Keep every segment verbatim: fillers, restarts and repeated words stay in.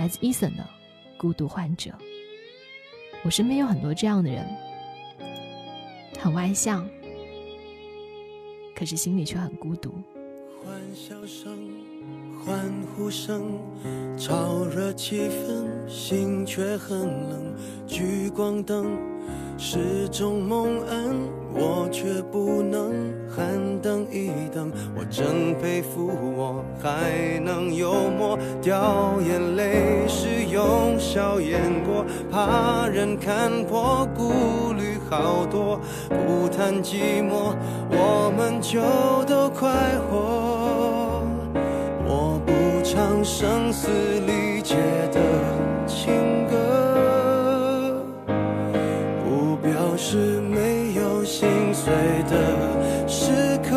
来自 Eason 的孤独患者。我身边有很多这样的人，很外向，可是心里却很孤独。 欢笑声，欢呼声，炒热气氛，心却很冷。聚光灯是种蒙恩，我却不能喊等一等。我真佩服我还能幽默，掉眼泪是用笑掩过，怕人看破，顾虑好多。不谈寂寞，我们就都快活。我不唱声嘶力竭的情歌，不表示没有心碎的时刻。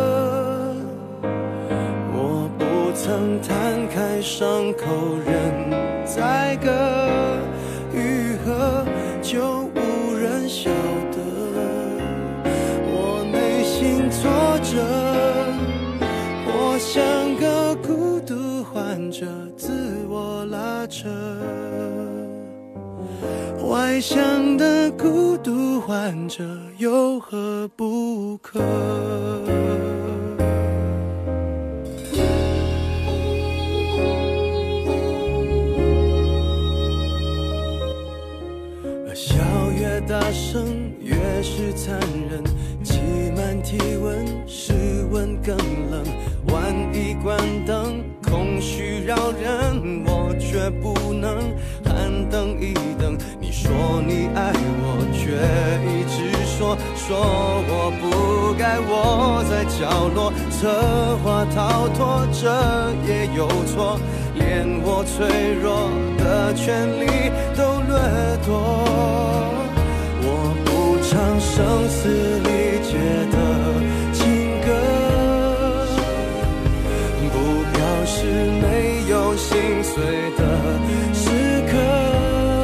我不曾摊开伤口任宰割，愈合就无人晓得。我内心挫折，我像个孤独患者，自我拉扯。外向的孤独患者有何不可？笑越大声越是残忍，挤满体温，室温更冷。万一关灯，空虚扰人，我却不能喊等一等。你说你爱我，却一直说说我不该窝在角落，策划逃脱，这也有错，连我脆弱的权利都掠夺。我不唱声嘶力竭的情歌，不表示没有心碎的时刻。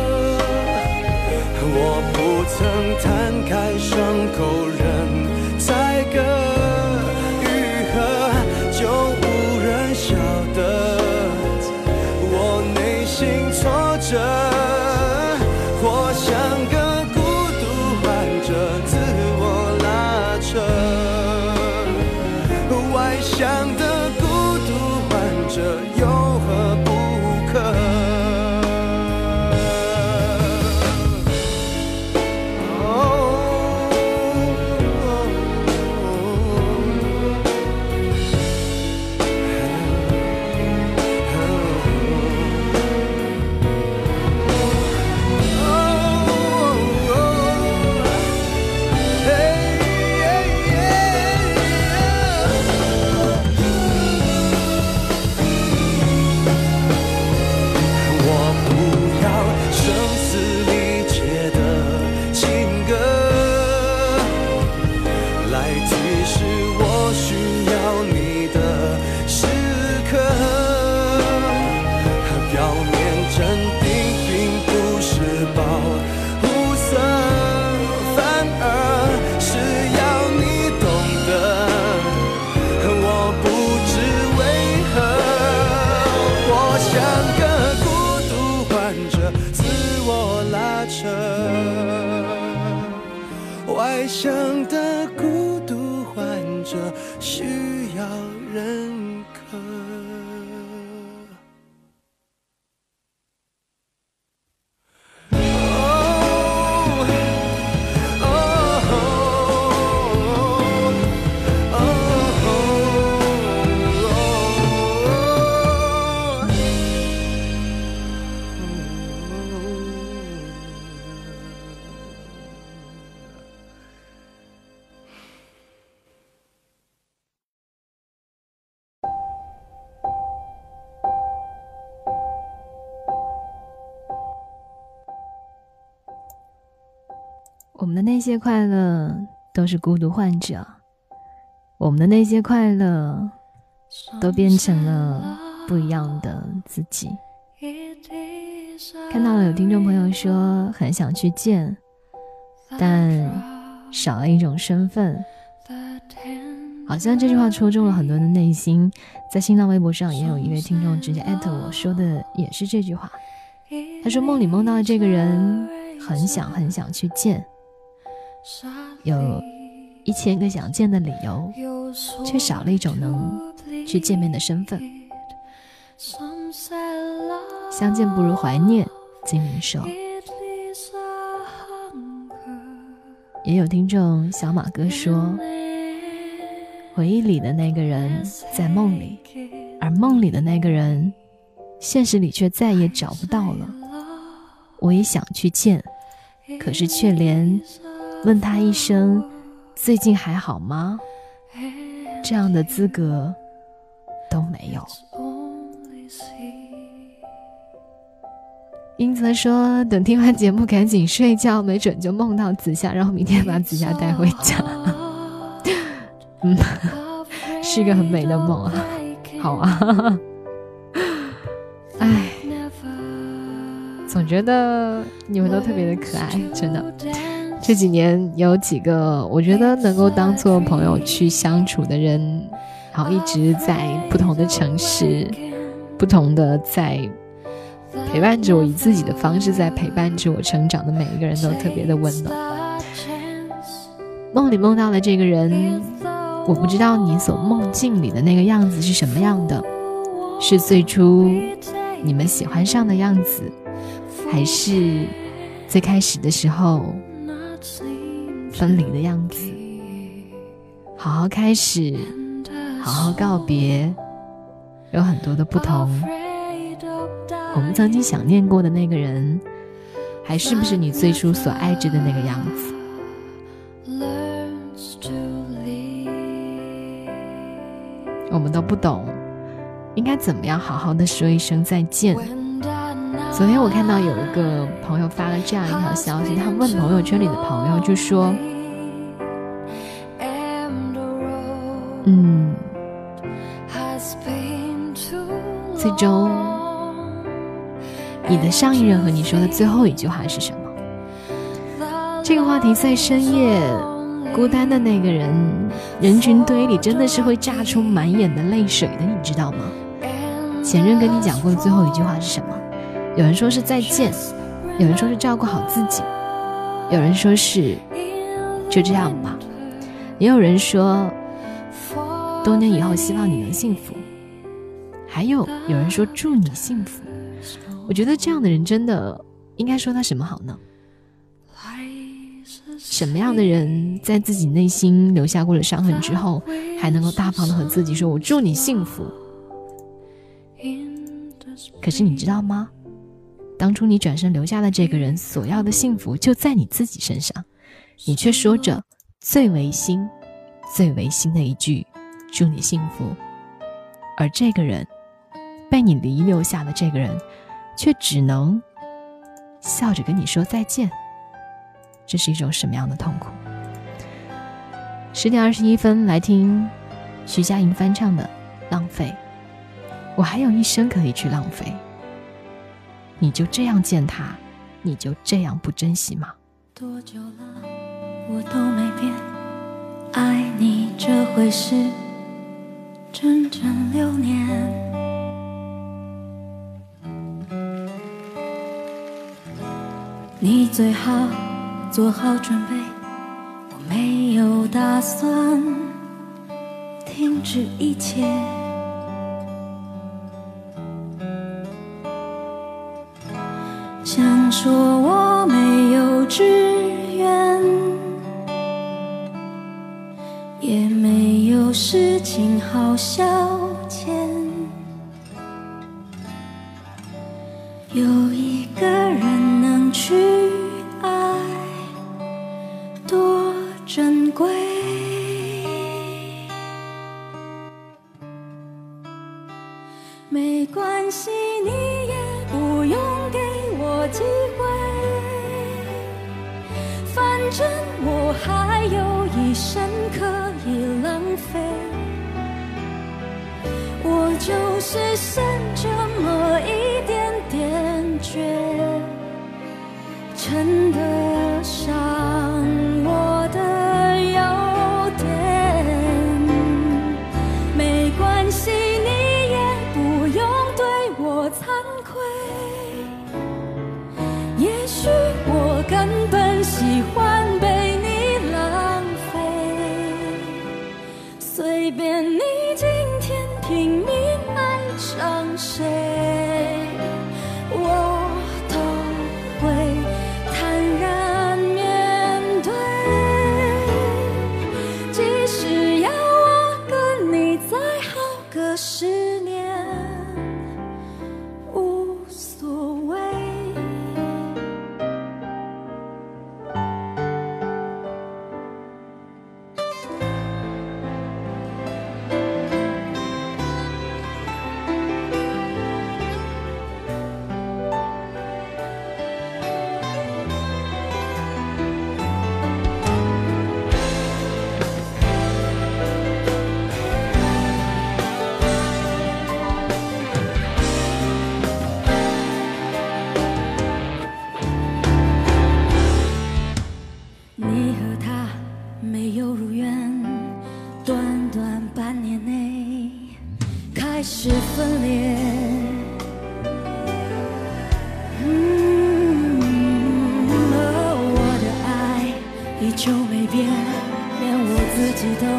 我不曾摊开伤口任宰割，愈合就无人晓得。我内心挫折，我像个孤独患者，自我拉扯。外向的孤独患者有何不可？外向的孤独患者需要认可。 我们的那些快乐都是孤独患者，我们的那些快乐都变成了不一样的自己。看到了有听众朋友说很想去见，但少了一种身份， 好像这句话戳中了很多人的内心，在新浪微博上也有一位听众直接艾特我说的也是这句话。他说梦里梦到的这个人很想很想去见，有一千个想见的理由，却少了一种能去见面的身份。相见不如怀念，金灵说。也有听众小马哥说，回忆里的那个人在梦里，而梦里的那个人现实里却再也找不到了。我也想去见，可是却连问他一声最近还好吗这样的资格都没有。英泽说等听完节目赶紧睡觉，没准就梦到紫霞，然后明天把紫霞带回家。嗯，是个很美的梦啊。好啊。哎，总觉得你们都特别的可爱，真的。这几年有几个我觉得能够当做朋友去相处的人，然后一直在不同的城市，不同的在陪伴着我，以自己的方式在陪伴着我成长的每一个人都特别的温暖。梦里梦到的这个人，我不知道你所梦境里的那个样子是什么样的，是最初你们喜欢上的样子，还是最开始的时候分离的样子。好好开始，好好告别，有很多的不同。我们曾经想念过的那个人，还是不是你最初所爱着的那个样子？我们都不懂应该怎么样好好的说一声再见。昨天我看到有一个朋友发了这样一条消息，他问朋友圈里的朋友就说，嗯，最终你的上一任和你说的最后一句话是什么？这个话题在深夜孤单的那个人人群堆里真的是会炸出满眼的泪水的，你知道吗？前任跟你讲过的最后一句话是什么？有人说是再见，有人说是照顾好自己，有人说是就这样吧，也有人说多年以后希望你能幸福，还有有人说祝你幸福。我觉得这样的人真的应该说他什么好呢？什么样的人在自己内心留下过了伤痕之后，还能够大方的和自己说我祝你幸福？可是你知道吗？当初你转身留下的这个人所要的幸福就在你自己身上，你却说着最违心最违心的一句祝你幸福，而这个人被你遗留下的这个人却只能笑着跟你说再见。这是一种什么样的痛苦？十点二十一分，来听徐佳莹翻唱的《浪费》。我还有一生可以去浪费，你就这样践踏，你就这样不珍惜吗？ 多久了我都没变，爱你这回事整整六年。你最好做好准备，我没有打算停止一切。想说我没有志愿，也没有事情好消遣，有一个人能去爱，多珍贵。没关系，你也不用给我机会，反正我还有一生可以浪费。我就是剩这么一点点倔，称得上我的优点。 拼命爱上谁，我都会坦然面对。即使要我跟你再好个十年，无所谓。你和他没有如愿，短短半年内开始分裂。嗯，而我的爱依旧没变，连我自己都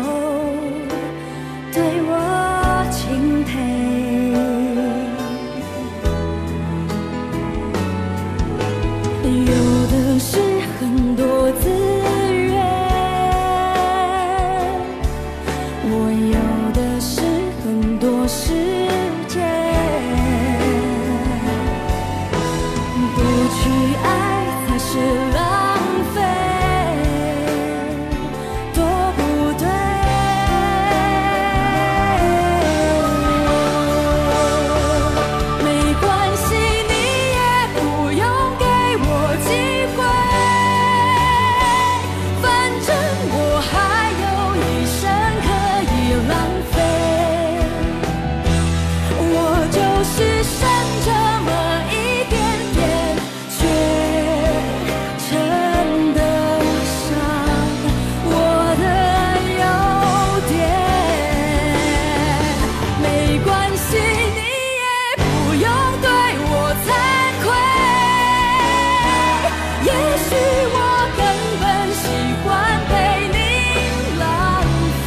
对我钦佩。有的是很多资源，我有的是很多时间。不去爱才是浪费，多不对。没关系，你也不用给我机会，反正我还有一生可以浪费。我就是剩这么一点点，却称得上我的优点。没关系，你也不用对我惭愧，也许我根本喜欢陪你浪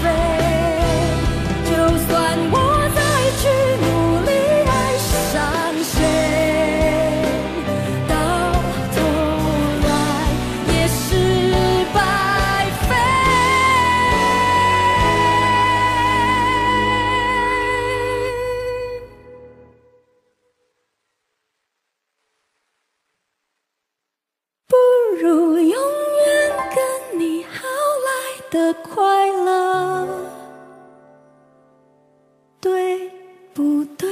费。就算我再去努力爱上谁，到头来也是白费。不如永远跟你好来的快乐，对不对？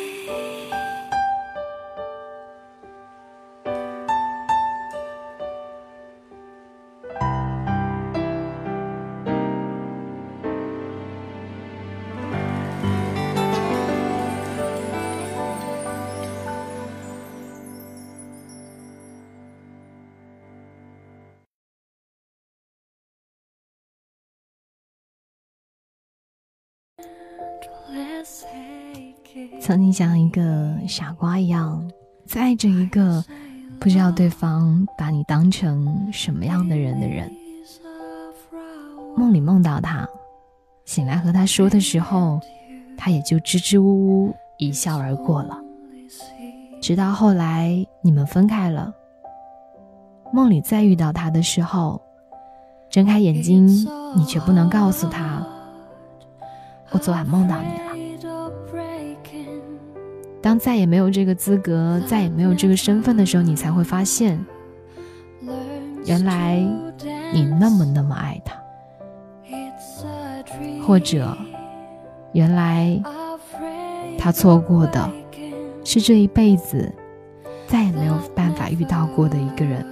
曾经像一个傻瓜一样，在爱着一个不知道对方把你当成什么样的人的人。梦里梦到他，醒来和他说的时候，他也就支支吾吾一笑而过了。直到后来你们分开了，梦里再遇到他的时候，睁开眼睛，你却不能告诉他，我昨晚梦到你了。当再也没有这个资格，再也没有这个身份的时候，你才会发现，原来你那么那么爱他，或者原来他错过的是这一辈子再也没有办法遇到过的一个人。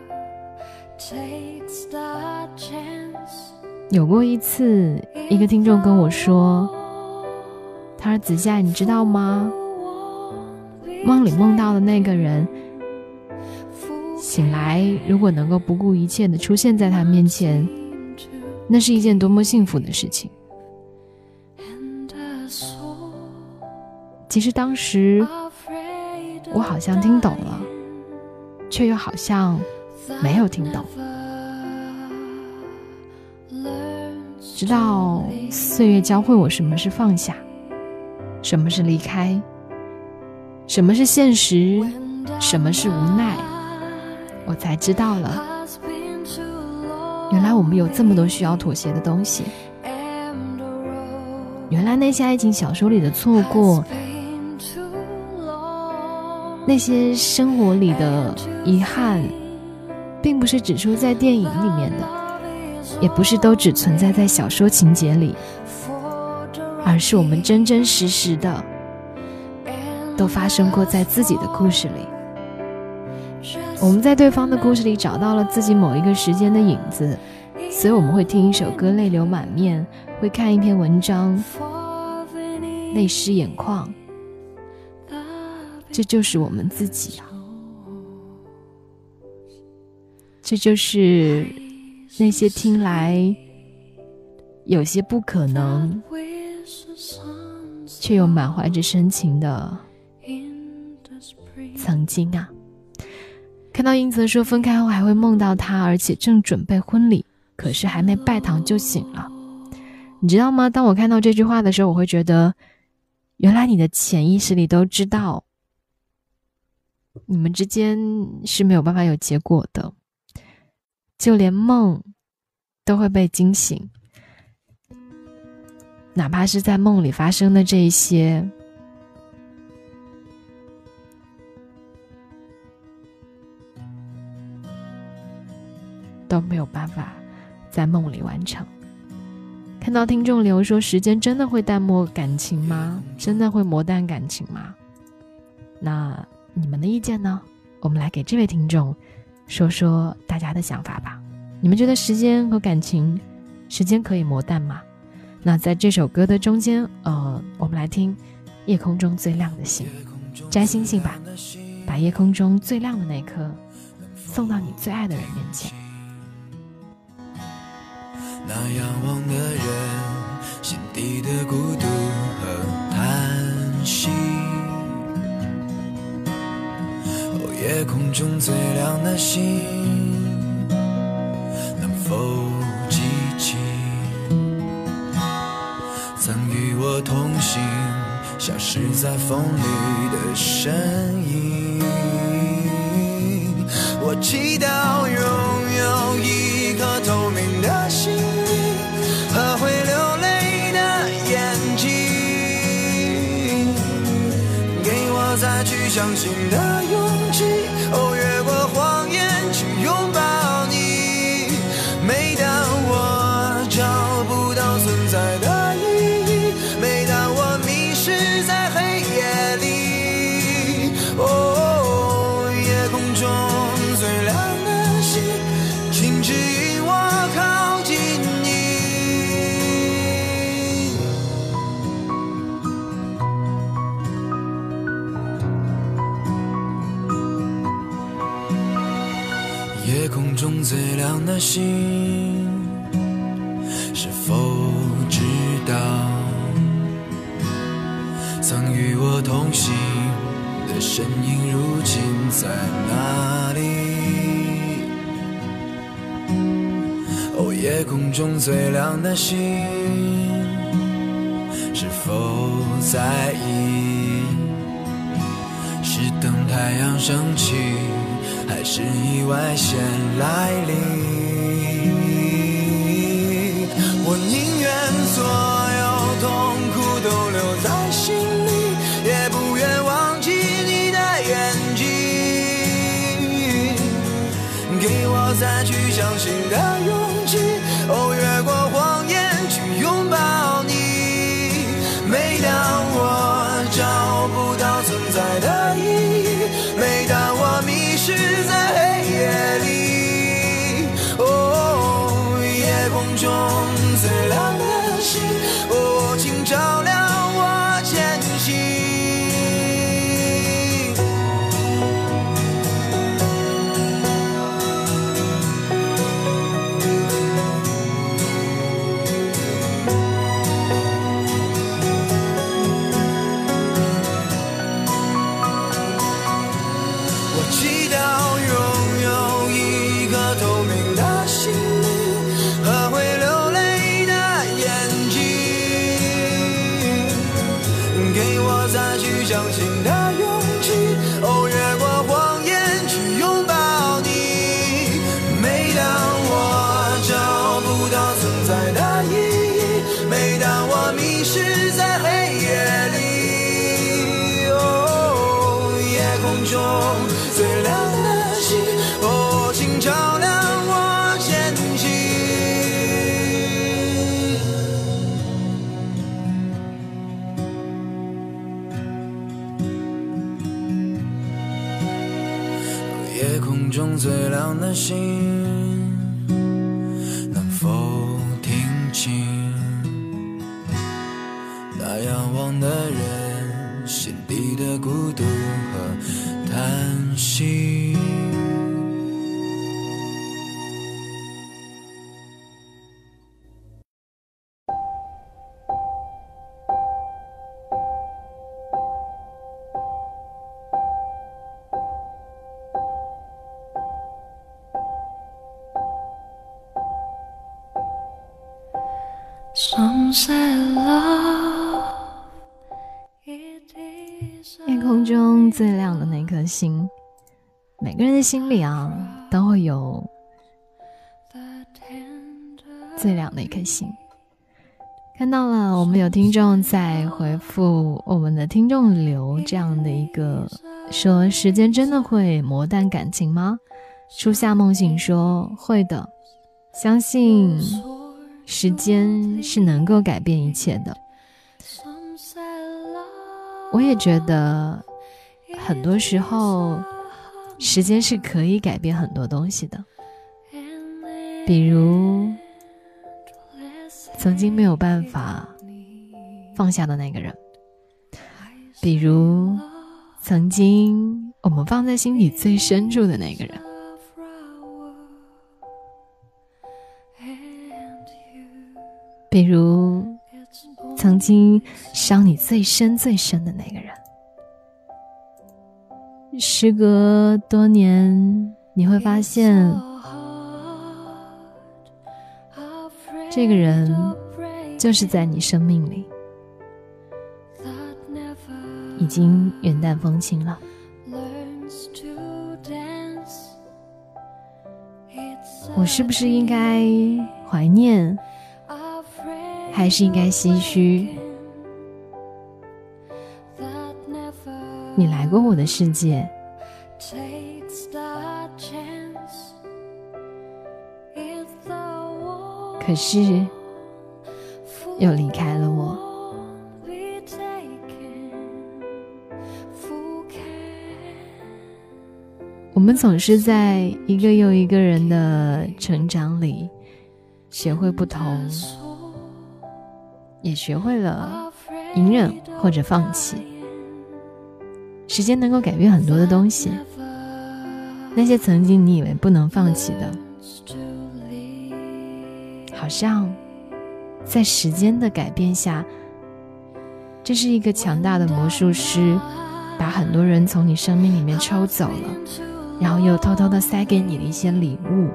有过一次，一个听众跟我说，他说子夏你知道吗，梦里梦到的那个人醒来如果能够不顾一切地出现在他面前，那是一件多么幸福的事情。其实当时我好像听懂了，却又好像没有听懂，直到岁月教会我什么是放下， 什么是离开，什么是现实，什么是无奈，我才知道了，原来我们有这么多需要妥协的东西。原来那些爱情小说里的错过，那些生活里的遗憾，并不是只出在电影里面的，也不是都只存在在小说情节里，而是我们真真实实的都发生过在自己的故事里。我们在对方的故事里找到了自己某一个时间的影子，所以我们会听一首歌泪流满面，会看一篇文章泪湿眼眶，这就是我们自己啊，这就是那些听来有些不可能却又满怀着深情的曾经啊。看到英泽说分开后还会梦到他，而且正准备婚礼，可是还没拜堂就醒了。你知道吗？当我看到这句话的时候，我会觉得原来你的潜意识里都知道你们之间是没有办法有结果的，就连梦都会被惊醒，哪怕是在梦里发生的这一些都没有办法在梦里完成。看到听众留说时间真的会淡漠感情吗？真的会磨淡感情吗？那你们的意见呢？我们来给这位听众说说大家的想法吧。你们觉得时间和感情，时间可以磨淡吗？那在这首歌的中间，呃，我们来听夜空中最亮的星，摘星星吧，把夜空中最亮的那颗送到你最爱的人面前。 那仰望的人心底的孤独和叹息，哦，夜空中最亮的星能否记起曾与我同行消失在风里的身影。我祈祷拥有一颗透明的心和会流泪的眼睛，给我再去相信的勇气，哦，越过谎言去拥抱你。每当我找不到存在的意义，每当我迷失在黑夜里，哦，夜空中最亮的星，请指引我靠近你。夜空中最亮的星，是否知道曾与我同行的身影如今在哪里？哦，夜空中最亮的星，是否在意？是等太阳升起，还是意外先来临？我宁愿所有痛苦都留在心里，也不愿忘记你的眼睛，给我再去相信的勇气，哦，越过谎言去拥抱你。每当我找不到存在的意义，每当我迷失在黑夜里，哦，夜空中最亮的星，哦，请照亮我前行。我祈祷拥有一颗透明的心灵和会流泪的眼睛， 给我再去相信的勇气，哦，越过谎言去拥抱你。每当我找不到存在的意义，每当我迷失在黑夜里，哦，夜空中最亮的星，哦，请照亮我前行。夜空中最亮的星，能否听清那仰望的人心底的孤独和叹息？ 夜空中最亮的那颗星，每个人的心里啊，都会有最亮的一颗星。看到了，我们有听众在回复我们的听众流这样的一个说，时间真的会磨淡感情吗？初夏梦醒说会的，相信时间是能够改变一切的。我也觉得很多时候时间是可以改变很多东西的，比如曾经没有办法放下的那个人，比如曾经我们放在心底最深处的那个人，比如曾经伤你最深最深的那个人。时隔多年，你会发现这个人就是在你生命里已经云淡风轻了。我是不是应该怀念，还是应该唏嘘？你来过我的世界，可是又离开了我。我们总是在一个又一个人的成长里学会不同，也学会了隐忍或者放弃。时间能够改变很多的东西，那些曾经你以为不能放弃的，好像在时间的改变下，这是一个强大的魔术师，把很多人从你生命里面抽走了，然后又偷偷的塞给你的一些礼物。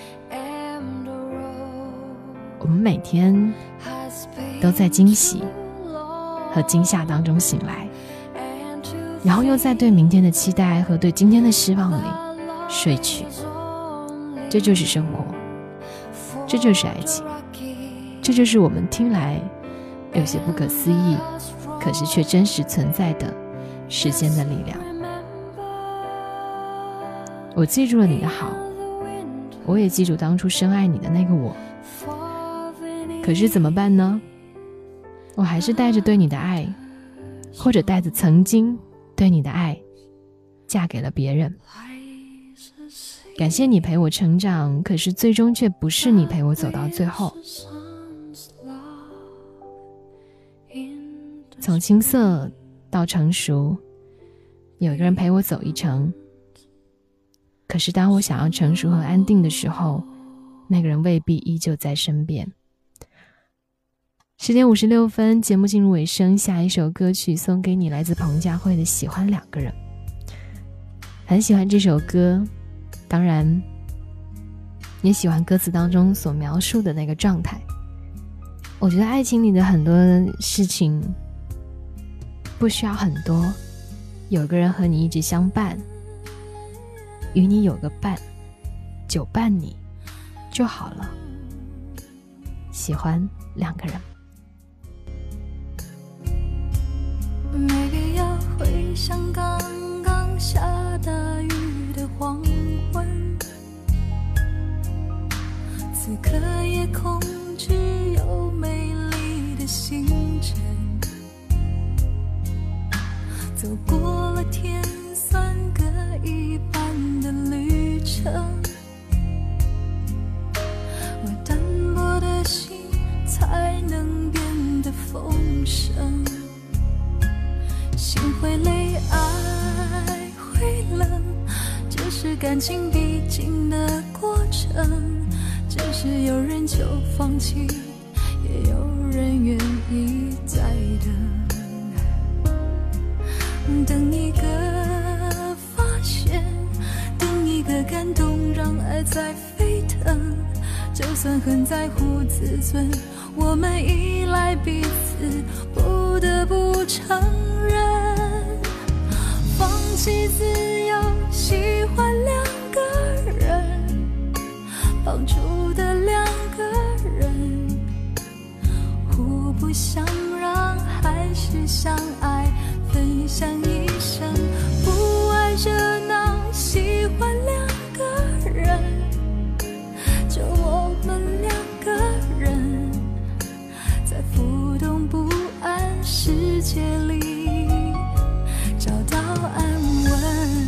我们每天都在惊喜和惊吓当中醒来，然后又在对明天的期待和对今天的失望里睡去。这就是生活，这就是爱情，这就是我们听来有些不可思议，可是却真实存在的时间的力量。我记住了你的好，我也记住当初深爱你的那个我，可是怎么办呢？我还是带着对你的爱，或者带着曾经对你的爱，嫁给了别人。感谢你陪我成长，可是最终却不是你陪我走到最后。从青涩到成熟，有一个人陪我走一程，可是当我想要成熟和安定的时候，那个人未必依旧在身边。十点五十六分，节目进入尾声，下一首歌曲送给你，来自彭佳慧的《喜欢两个人》。很喜欢这首歌，当然也喜欢歌词当中所描述的那个状态。我觉得爱情里的很多事情不需要很多，有个人和你一直相伴，与你有个伴，久伴你就好了。喜欢两个人。 没必要回想刚刚下大雨的黄昏，此刻夜空只有美丽的星辰，走过了甜酸各一半的旅程，我单薄的心才能变得丰盛。心会累，爱会冷，这是感情必经的过程。只是有人就放弃，也有人愿意再等。等一个发现，等一个感动，让爱在沸腾。就算很在乎自尊，我们依赖彼此，不得不承认，放弃自由，喜欢两个人，绑住的两个人，互不相让，还是相爱，分享一生，不爱热闹，喜欢两个人，就我们两个人，在浮动不安世界里找到安稳。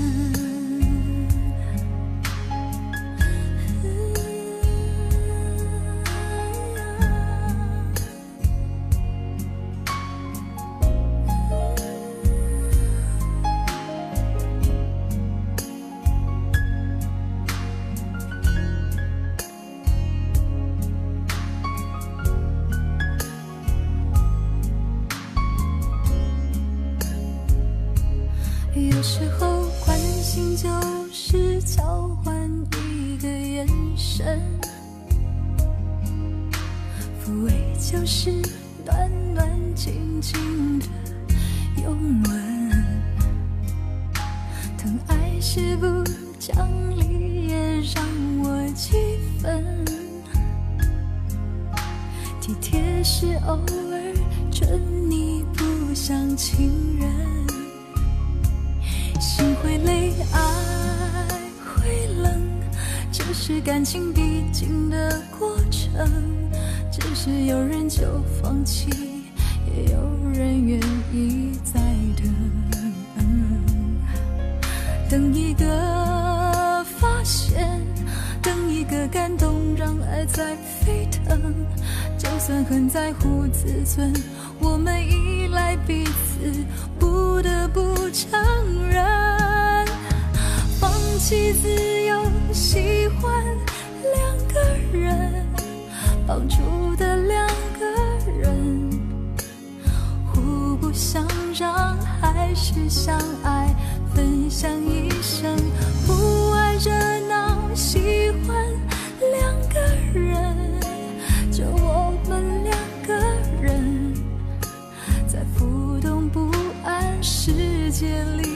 有时候关心就是交换一个眼神，抚慰就是暖暖静静的拥吻，疼爱是不讲理也让我气愤，体贴是偶尔准你不像情人。心会累，爱会冷，这是感情必经的过程。只是有人就放弃，也有人愿意再等。嗯、等一个发现，等一个感动，让爱在沸腾。就算很在乎自尊，我们依赖彼此，不得不承认，放弃自由，喜欢两个人，绑住的两个人，互不相让，还是相爱，分享一生，不爱热闹，喜欢两个人，就我们两个人，在浮动不安世界里